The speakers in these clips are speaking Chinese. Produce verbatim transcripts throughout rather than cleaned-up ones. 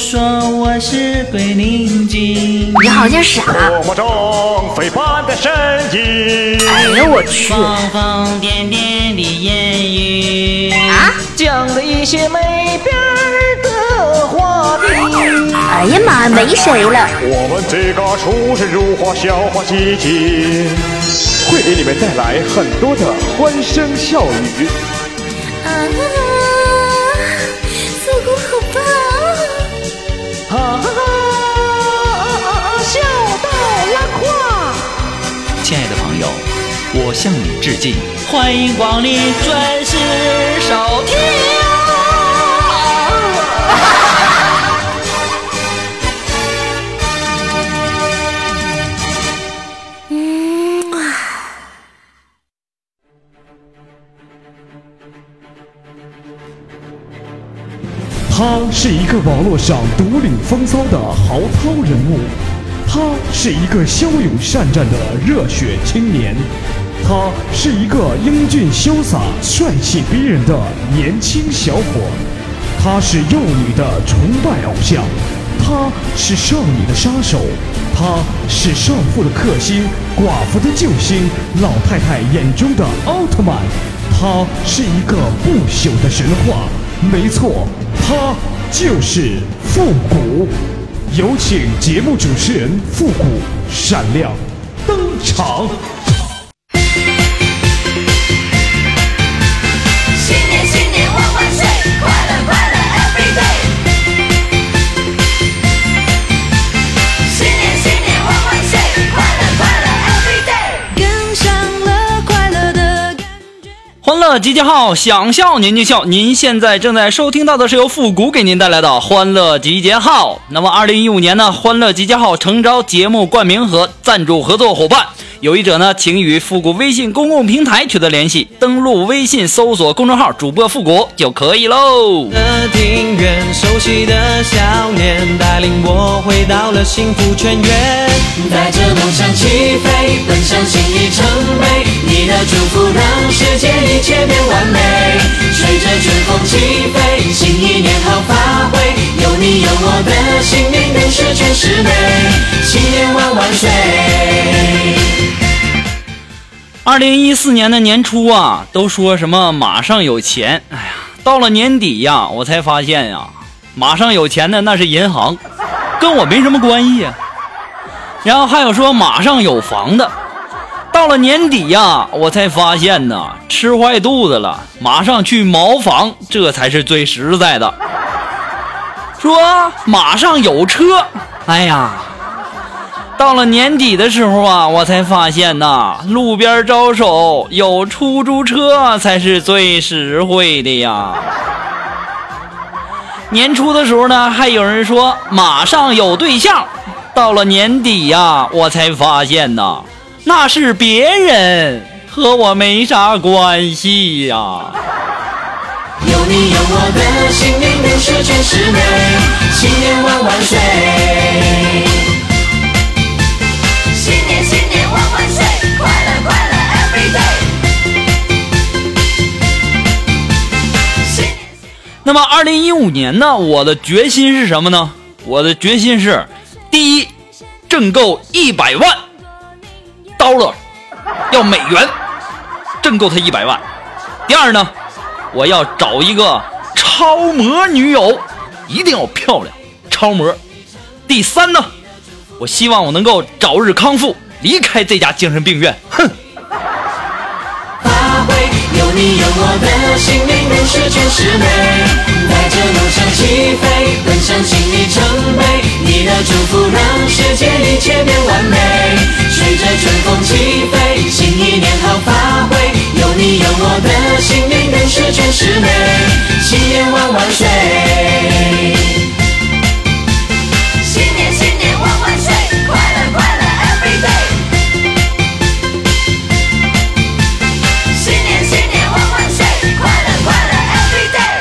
说我是鬼灵精， 你好像傻。 多么中非般的声音， 哎呦我去！ 疯疯癫癫的言语啊， 讲了一些没边儿的话题。 哎呀妈，没谁了。 我们这个出神入化笑话基金，会给你们带来很多的欢声笑语。 啊，复古好棒！ 啊啊啊！笑到拉胯。 亲爱的朋友，我向你致敬，欢迎光临，准时收听。 嗯啊。 他是一个网络上独领风骚的豪涛人物，他是一个骁勇善战的热血青年，他是一个英俊潇洒、帅气逼人的年轻小伙，他是幼女的崇拜偶像，他是少女的杀手，他是少妇的克星、寡妇的救星、老太太眼中的奥特曼，他是一个不朽的神话。没错，他就是复古。有请节目主持人复古闪亮登场。 新年新年万万岁，快乐快乐 every day。新年新年万万岁，快乐快乐 every day。跟上了快乐的感觉。 欢乐集结号，想笑您就笑。您现在正在收听到的是由复古给您带来的欢乐集结号。那么二零一五年呢，欢乐集结号诚招节目冠名和赞助合作伙伴，有意者呢请与复古微信公共平台取得联系，登录微信搜索公众号主播复古就可以喽。 庭院熟悉的笑脸带领我回到了幸福泉源， 带着梦想起飞，奔向心意成碑，你的祝福让世界一切变完美，随着春风起飞，新一年好发挥，有你有我的新年更是全是美，新年万万岁。 二零一四年的年初啊，都说什么马上有钱，哎呀，到了年底呀，我才发现呀，马上有钱的那是银行，跟我没什么关系呀。然后还有说马上有房的，到了年底呀，我才发现呢，吃坏肚子了，马上去茅房，这才是最实在的。说马上有车，哎呀，到了年底的时候啊，我才发现呐，路边招手有出租车才是最实惠的呀。年初的时候呢，还有人说马上有对象，到了年底呀，我才发现呐，那是别人，和我没啥关系呀。 有你有我的新年更是全是美，新年万万岁。新年新年万万岁，快乐快乐 every day。 那么二零一五年呢，我的决心是什么呢？我的决心是，第一，挣够一百万 dollar， 要美元，挣够它一百万。第二呢，我要找一个超模女友，一定要漂亮，超模。第三呢，我希望我能够早日康复，离开这家精神病院。哼。 发挥有你有我的新年更是全是美，带着梦想起飞，奔向心意成碑，你的祝福让世界一切变完美，随着春风起飞，新一年好发挥，有你有我的新年更是全是美，新年万万岁。新年新年万万岁，快乐快乐 every day。新年新年万万岁，快乐快乐 every day。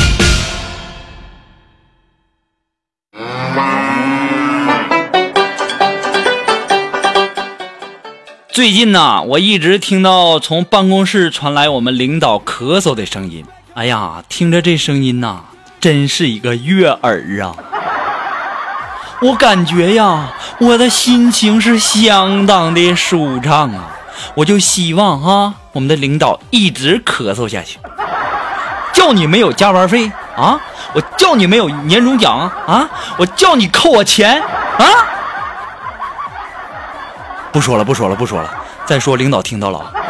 最近呢，我一直听到从办公室传来我们领导咳嗽的声音。哎呀，听着这声音呐，真是一个悦耳啊！ 我感觉呀，我的心情是相当的舒畅啊！我就希望啊，我们的领导一直咳嗽下去。叫你没有加班费啊，我叫你没有年终奖啊，我叫你扣我钱啊！不说了，不说了，不说了，再说领导听到了啊。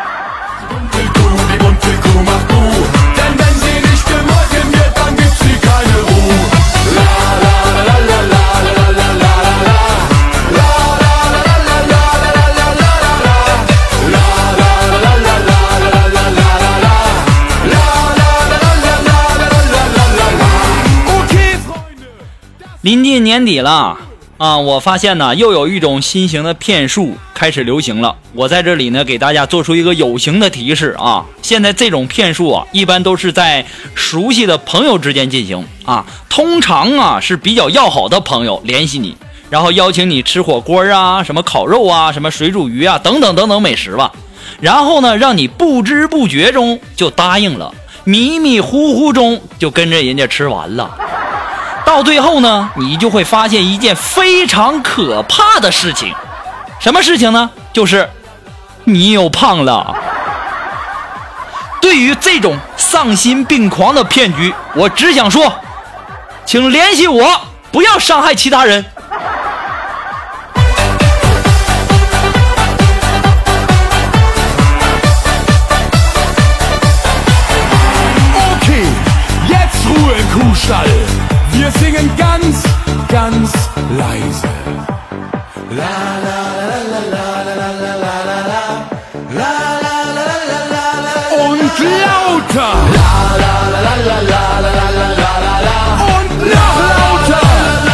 临近年底了啊，我发现呢又有一种新型的骗术开始流行了。我在这里呢给大家做出一个有形的提示啊，现在这种骗术啊一般都是在熟悉的朋友之间进行啊，通常啊是比较要好的朋友联系你，然后邀请你吃火锅啊，什么烤肉啊，什么水煮鱼啊，等等等等美食吧，然后呢让你不知不觉中就答应了，迷迷糊糊中就跟着人家吃完了。到最后呢，你就会发现一件非常可怕的事情。什么事情呢？就是你又胖了。对于这种丧心病狂的骗局，我只想说，请联系我，不要伤害其他人。 Okay, jetzt Ruhe im Kuhstall.Wir singen ganz, ganz leise. La la la la la la la la la la la la la und lauter. La la la la la la la la la la und noch lauter.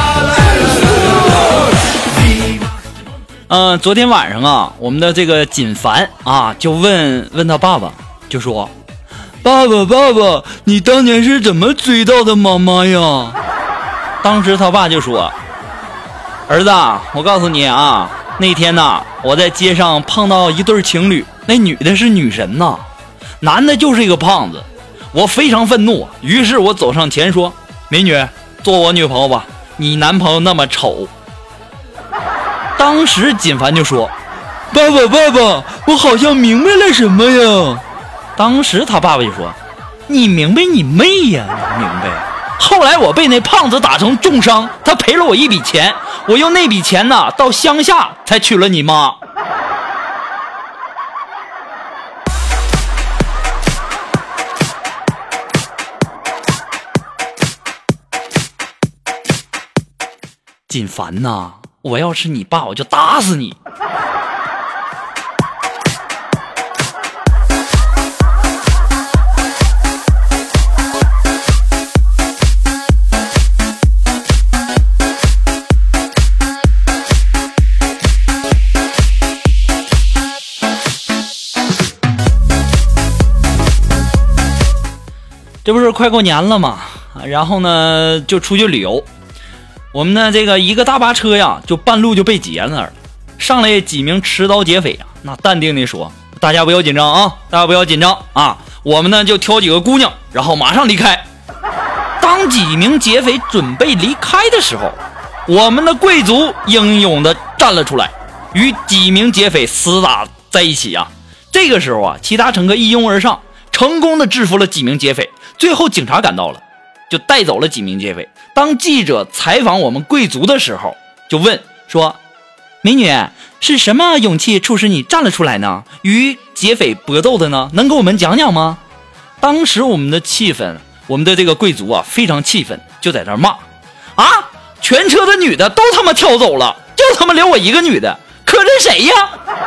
呃，昨天晚上啊，我们的这个锦凡啊，就问问他爸爸，就说：“爸爸，爸爸，你当年是怎么追到的妈妈呀？”当时他爸就说：“儿子，我告诉你啊，那天呐，我在街上碰到一对情侣，那女的是女神呐，男的就是一个胖子。我非常愤怒，于是我走上前说：‘美女，做我女朋友吧，你男朋友那么丑。’当时锦凡就说：‘爸爸，爸爸，我好像明白了什么呀。’当时他爸爸就说：‘你明白你妹呀，你明白。’后来我被那胖子打成重伤，他赔了我一笔钱，我用那笔钱呢到乡下才娶了你妈。锦凡呐，我要是你爸，我就打死你。这不是快过年了嘛，然后呢就出去旅游，我们的这个一个大巴车呀就半路就被劫了那儿，上来几名持刀劫匪啊，那淡定地说：“大家不要紧张啊，大家不要紧张啊，我们呢就挑几个姑娘，然后马上离开。”当几名劫匪准备离开的时候，我们的贵族英勇地站了出来，与几名劫匪厮打在一起啊。这个时候啊，其他乘客一拥而上，成功地制服了几名劫匪。最后警察赶到了，就带走了几名劫匪。当记者采访我们贵族的时候，就问说：“美女，是什么勇气促使你站了出来呢？与劫匪搏斗的呢？能给我们讲讲吗？”当时我们的气氛，我们的这个贵族啊非常气愤，就在那骂：“啊，全车的女的都他妈挑走了，就他妈留我一个女的，可认谁呀？”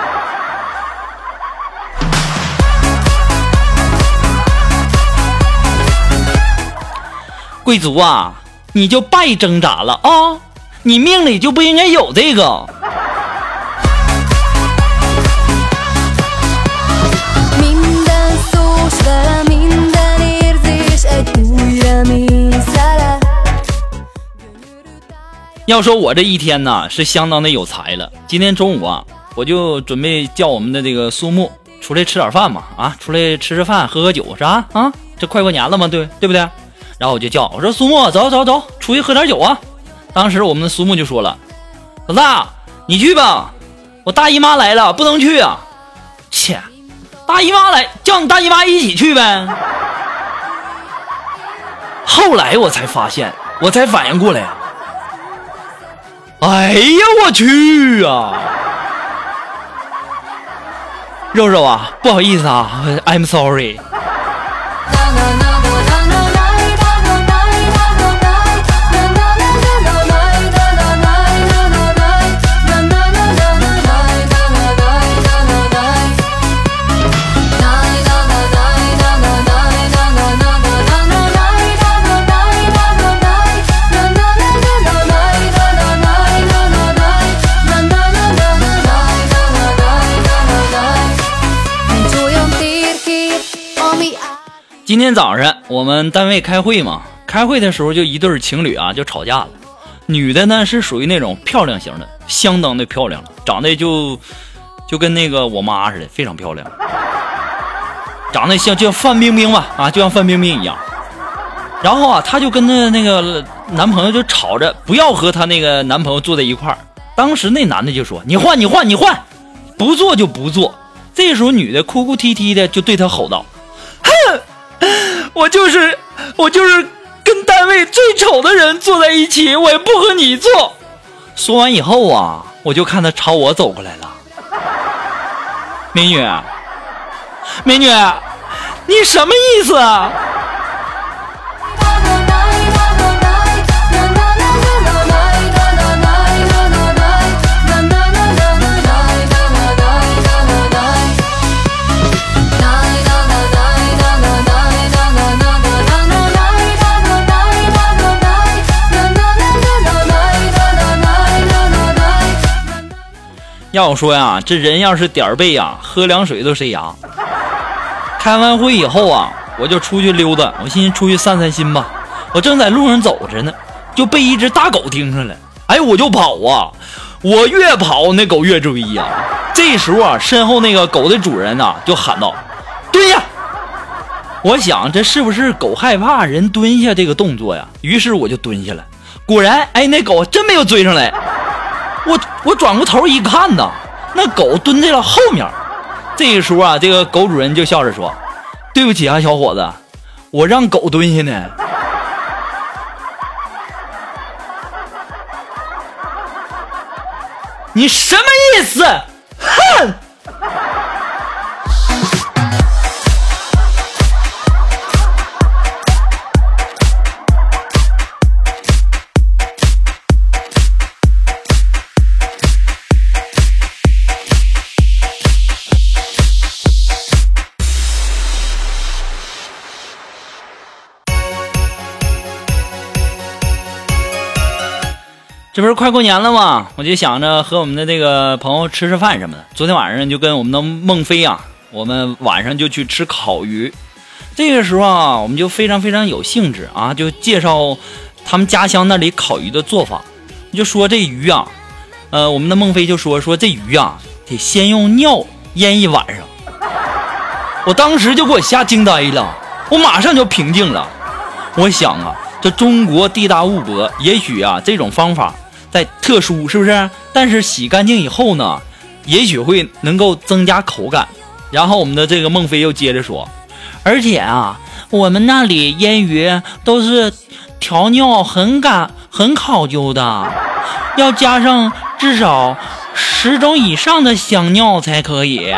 贵族啊，你就别挣扎了啊！你命里就不应该有这个。要说我这一天呢是相当的有才了。今天中午啊，我就准备叫我们的这个苏木出来吃点饭嘛，啊，出来吃吃饭，喝喝酒啥啊？这快过年了嘛，对对不对？然后我就叫我说苏木，走走走，出去喝点酒啊！ 当时我们的苏木就说了：“老大，你去吧，我大姨妈来了，不能去啊。”切，大姨妈来，叫你大姨妈一起去呗。后来我才发现，我才反应过来呀、啊！哎呀，我去啊！肉肉啊，不好意思啊 ，I'm sorry。今天早上我们单位开会嘛，开会的时候就一对情侣啊就吵架了。女的呢是属于那种漂亮型的，相当的漂亮了，长得就就跟那个我妈似的，非常漂亮，长得像就像范冰冰吧，啊，就像范冰冰一样。然后啊，她就跟那那个男朋友就吵着不要和她那个男朋友坐在一块儿。当时那男的就说：“你换，你换，你换，不做就不做。”这时候女的哭哭啼啼的就对他吼道：“哼！我就是我就是跟单位最丑的人坐在一起，我也不和你坐。”说完以后啊，我就看他朝我走过来了。美女，美女，你什么意思啊？要我说呀，这人要是点儿背呀，喝凉水都塞牙。开完会以后啊，我就出去溜达，我寻思出去散散心吧。我正在路上走着呢，就被一只大狗盯上了。哎，我就跑啊，我越跑那狗越追呀。这时候啊，身后那个狗的主人啊就喊道：“蹲下！”我想这是不是狗害怕人蹲下这个动作呀？于是我就蹲下了。果然，哎，那狗真没有追上来。我我转过头一看呢，那狗蹲在了后面。这个时候啊，这个狗主人就笑着说：“对不起啊，小伙子，我让狗蹲下呢。”你什么意思？哼！这不是快过年了吗？我就想着和我们的这个朋友吃吃饭什么的。昨天晚上就跟我们的孟非啊，我们晚上就去吃烤鱼。这个时候啊，我们就非常非常有兴致啊，就介绍他们家乡那里烤鱼的做法。就说这鱼啊，呃，我们的孟非就说说这鱼啊，得先用尿腌一晚上。我当时就给我吓惊呆了，我马上就平静了。我想啊，这中国地大物博，也许啊这种方法在特殊，是不是？但是洗干净以后呢，也许会能够增加口感。然后我们的这个孟非又接着说，而且啊，我们那里腌鱼都是调料很干很考究的，要加上至少十种以上的香料才可以。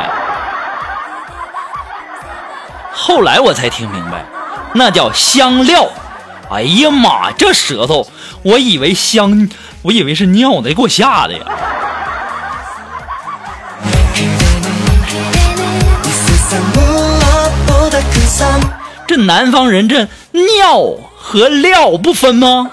后来我才听明白，那叫香料。哎呀妈，这舌头，我以为香，我以为是尿的，给我吓的呀！这南方人这尿和料不分吗？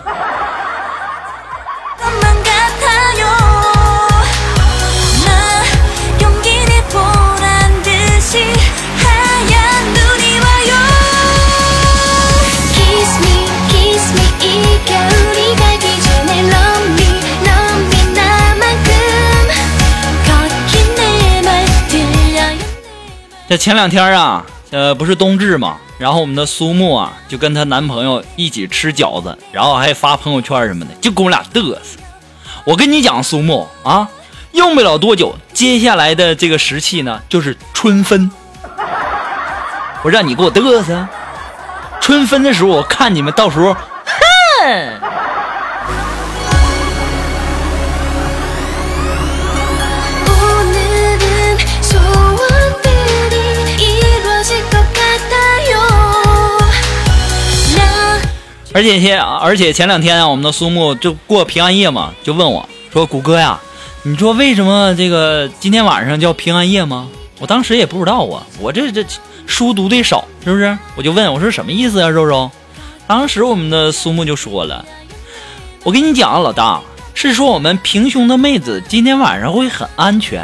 这前两天啊， 呃，不是冬至嘛，然后我们的苏木啊，就跟她男朋友一起吃饺子，然后还发朋友圈什么的，就跟我俩嘚瑟。我跟你讲，苏木啊，用不了多久，接下来的这个时期呢，就是春分。我让你给我嘚瑟，春分的时候，我看你们到时候，哼。而且前而且前两天啊，我们的苏木就过平安夜嘛，就问我说：“谷歌呀，你说为什么这个今天晚上叫平安夜吗？”我当时也不知道啊，我这这书读的少，是不是？我就问我说什么意思啊，肉肉。当时我们的苏木就说了：“我跟你讲啊，老大，是说我们平胸的妹子今天晚上会很安全。”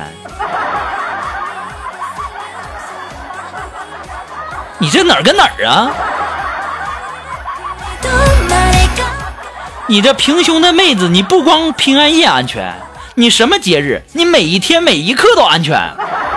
你这哪儿跟哪儿啊？你这平胸的妹子，你不光平安夜安全，你什么节日，你每一天每一刻都安全。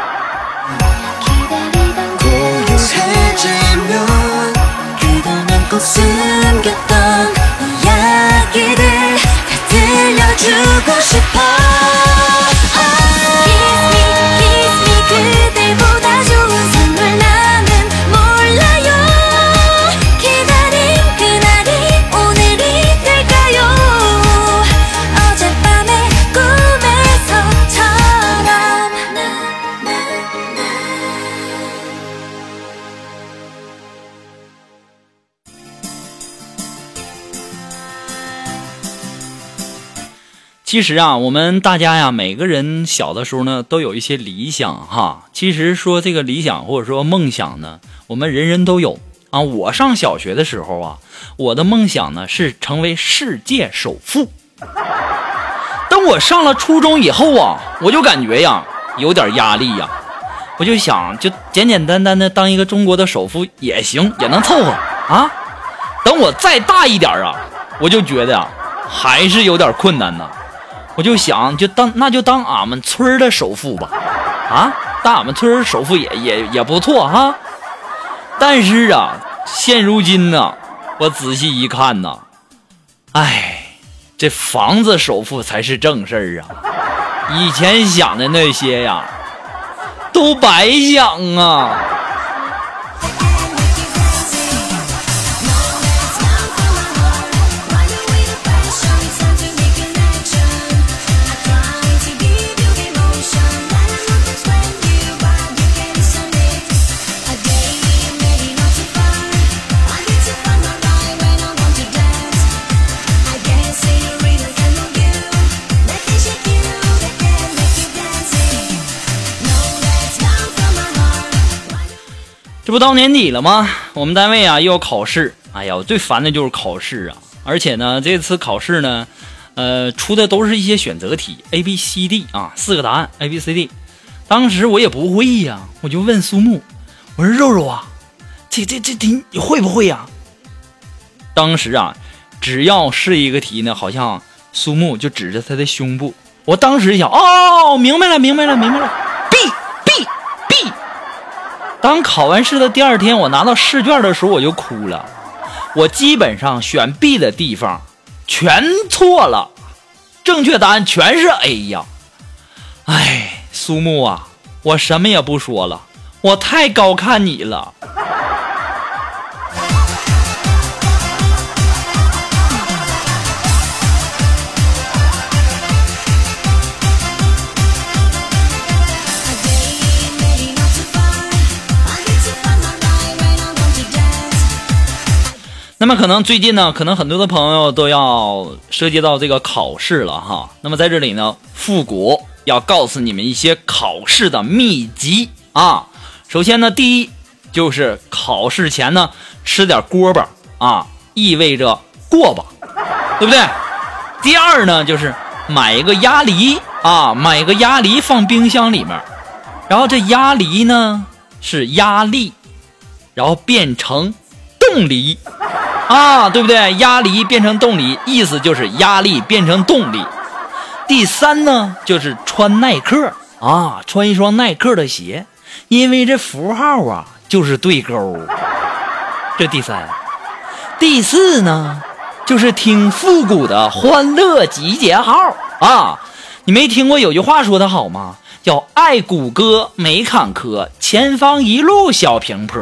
其实啊，我们大家呀，每个人小的时候呢，都有一些理想哈。其实说这个理想或者说梦想呢，我们人人都有啊。我上小学的时候啊，我的梦想呢是成为世界首富。等我上了初中以后啊，我就感觉呀有点压力呀，我就想就简简单单的当一个中国的首富也行，也能凑合啊。等我再大一点啊，我就觉得呀还是有点困难呢。我就想，就当那就当俺们村的首富吧，啊，当俺们村首富也也也不错哈。但是啊，现如今呢，我仔细一看呢，哎，这房子首付才是正事儿啊！以前想的那些呀，都白想啊。这不到年底了吗？我们单位啊又要考试。哎呀，我最烦的就是考试啊！而且呢，这次考试呢，呃，出的都是一些选择题 ，A B C D 啊，四个答案 A B C D。当时我也不会呀，我就问苏木，我说肉肉啊，这这这题你会不会呀？当时啊，只要是一个题呢，好像苏木就指着他的胸部。我当时想，哦，明白了，明白了，明白了 ，B B B。当考完试的第二天，我拿到试卷的时候，我就哭了。我基本上选 B 的地方全错了，正确答案全是 A 呀。哎，苏木啊，我什么也不说了，我太高看你了。那么可能最近呢，可能很多的朋友都要涉及到这个考试了哈。那么在这里呢，复古要告诉你们一些考试的秘籍啊。首先呢，第一就是考试前呢吃点锅巴啊，意味着过吧，对不对？第二呢，就是买一个鸭梨啊，买一个鸭梨放冰箱里面，然后这鸭梨呢是压力，然后变成动力。啊，对不对？压力变成动力，意思就是压力变成动力。第三呢，就是穿耐克啊，穿一双耐克的鞋，因为这符号啊就是对勾。这第三。第四呢，就是听复古的欢乐集结号啊！你没听过有句话说的好吗？叫爱谷歌没坎坷，前方一路小平坡。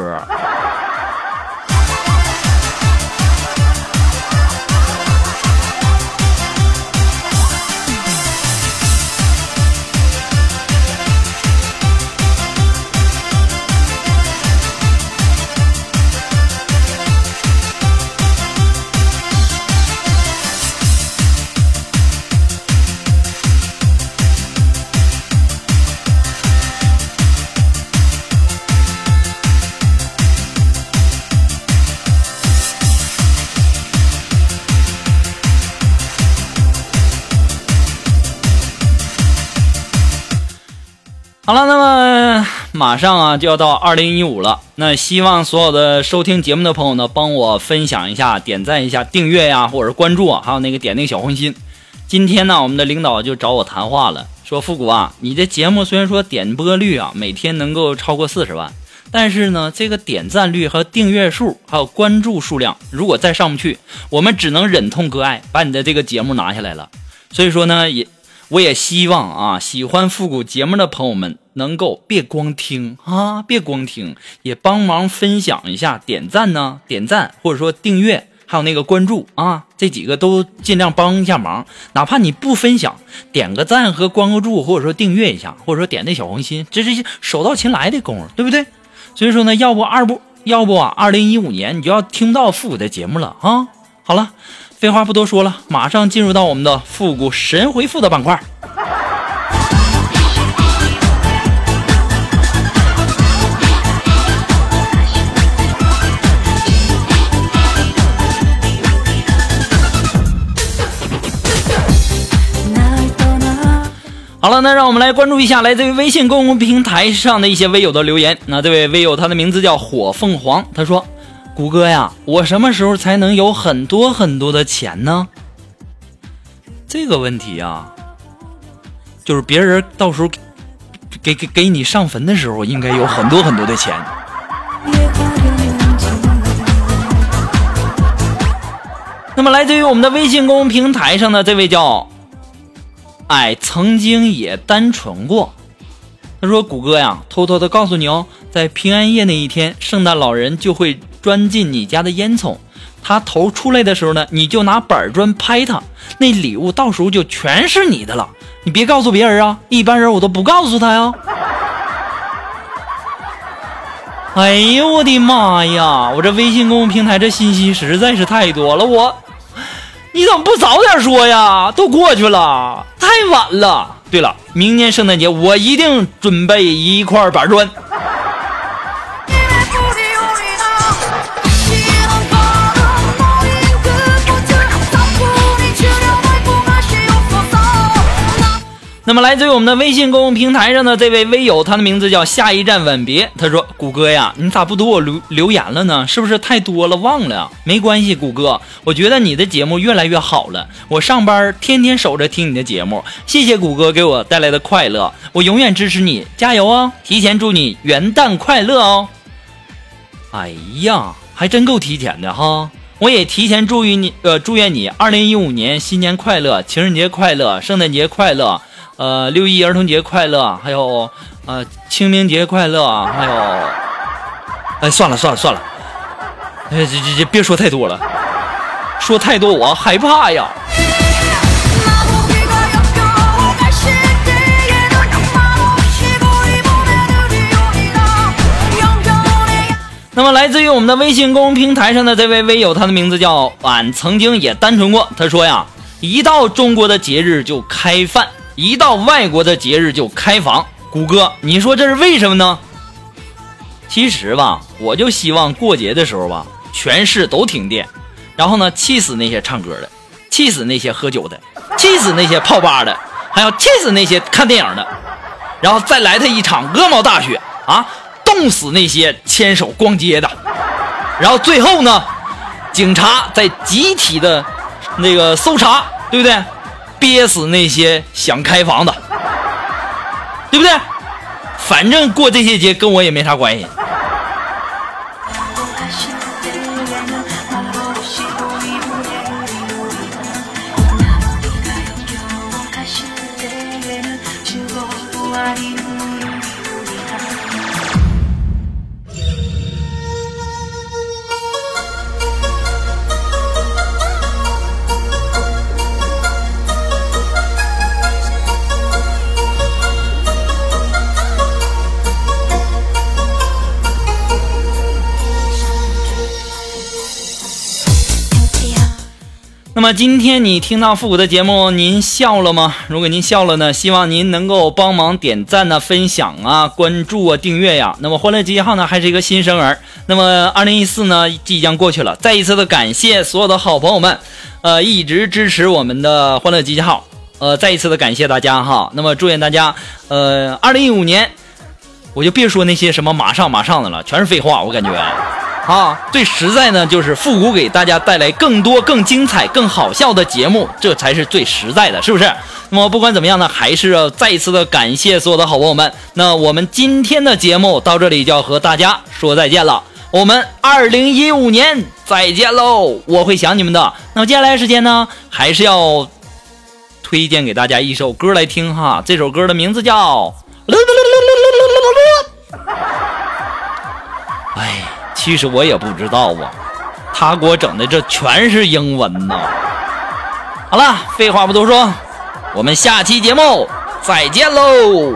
好了，那么马上啊就要到二零一五了，那希望所有的收听节目的朋友呢，帮我分享一下，点赞一下，订阅呀，或者是关注啊，还有那个点那个小红心。今天呢，我们的领导就找我谈话了，说复古啊，你的节目虽然说点播率啊每天能够超过四十万，但是呢，这个点赞率和订阅数还有关注数量，如果再上不去，我们只能忍痛割爱，把你的这个节目拿下来了。所以说呢，也。我也希望啊，喜欢复古节目的朋友们能够别光听啊，别光听，也帮忙分享一下，点赞呢，点赞或者说订阅，还有那个关注啊，这几个都尽量帮一下忙。哪怕你不分享，点个赞和关个注，或者说订阅一下，或者说点那小红心，这是手到擒来的功夫，对不对？所以说呢，要不二不要不啊，二零一五年你就要听到复古的节目了啊。好了。废话不多说了，马上进入到我们的复古神回复的板块。好了，那让我们来关注一下来自于微信公共平台上的一些微友的留言。那这位微友他的名字叫火凤凰，他说谷歌呀，我什么时候才能有很多很多的钱呢？这个问题啊，就是别人到时候给给给你上坟的时候，应该有很多很多的钱。那么来自于我们的微信公众平台上的这位叫哎曾经也单纯过，他说谷歌呀，偷偷的告诉你哦，在平安夜那一天，圣诞老人就会钻进你家的烟囱，他头出来的时候呢，你就拿板砖拍他，那礼物到时候就全是你的了。你别告诉别人啊，一般人我都不告诉他呀。哎呦我的妈呀，我这微信公众平台这信息实在是太多了，我你怎么不早点说呀？都过去了，太晚了。对了，明年圣诞节我一定准备一块板砖。那么来自于我们的微信公众平台上的这位微友，他的名字叫下一站吻别，他说谷歌呀，你咋不读我留留言了呢？是不是太多了忘了？没关系，谷歌，我觉得你的节目越来越好了，我上班天天守着听你的节目，谢谢谷歌给我带来的快乐，我永远支持你，加油哦，提前祝你元旦快乐哦。哎呀，还真够提前的哈，我也提前祝愿你呃祝愿你二零一五年新年快乐，情人节快乐，圣诞节快乐，呃，六一儿童节快乐，还有呃清明节快乐，还有，哎，算了算了算了，哎，这这这别说太多了，说太多我害怕呀。那么来自于我们的微信公众平台上的这位微友，他的名字叫俺曾经也单纯过，他说呀，一到中国的节日就开饭，一到外国的节日就开房，谷歌你说这是为什么呢？其实吧，我就希望过节的时候吧，全市都停电，然后呢气死那些唱歌的，气死那些喝酒的，气死那些泡吧的，还要气死那些看电影的，然后再来他一场鹅毛大雪啊，冻死那些牵手逛街的，然后最后呢警察在集体的那个搜查，对不对？憋死那些想开房的，对不对？反正过这些节跟我也没啥关系。 么今天你听到复古的节目，您笑了吗？如果您笑了呢，希望您能够帮忙点赞啊、分享啊、关注啊、订阅呀。那么欢乐集结号呢还是一个新生儿，那么二零一四呢即将过去了，再一次的感谢所有的好朋友们，呃，一直支持我们的欢乐集结号，呃，再一次的感谢大家哈。那么祝愿大家，呃，二零一五年，我就别说那些什么马上马上的了，全是废话，我感觉。啊，最实在呢，就是复古给大家带来更多、更精彩、更好笑的节目，这才是最实在的，是不是？那么不管怎么样呢，还是要再一次的感谢所有的好朋友们。那我们今天的节目到这里就要和大家说再见了，我们二零一五年再见喽！我会想你们的。那么接下来的时间呢，还是要推荐给大家一首歌来听哈，这首歌的名字叫哎。其实我也不知道啊，他给我整的这全是英文呐。好了，废话不多说，我们下期节目再见喽。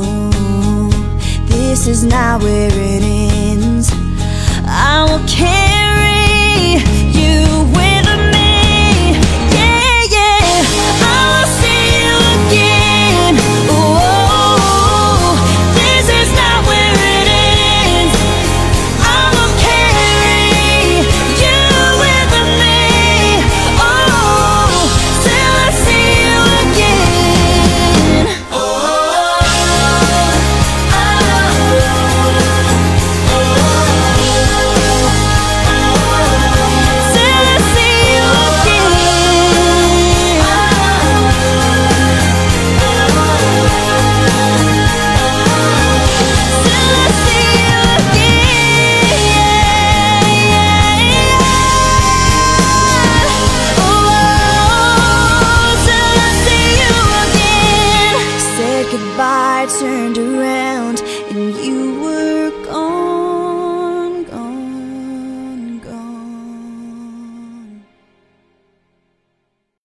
Is not where it ends. I will carry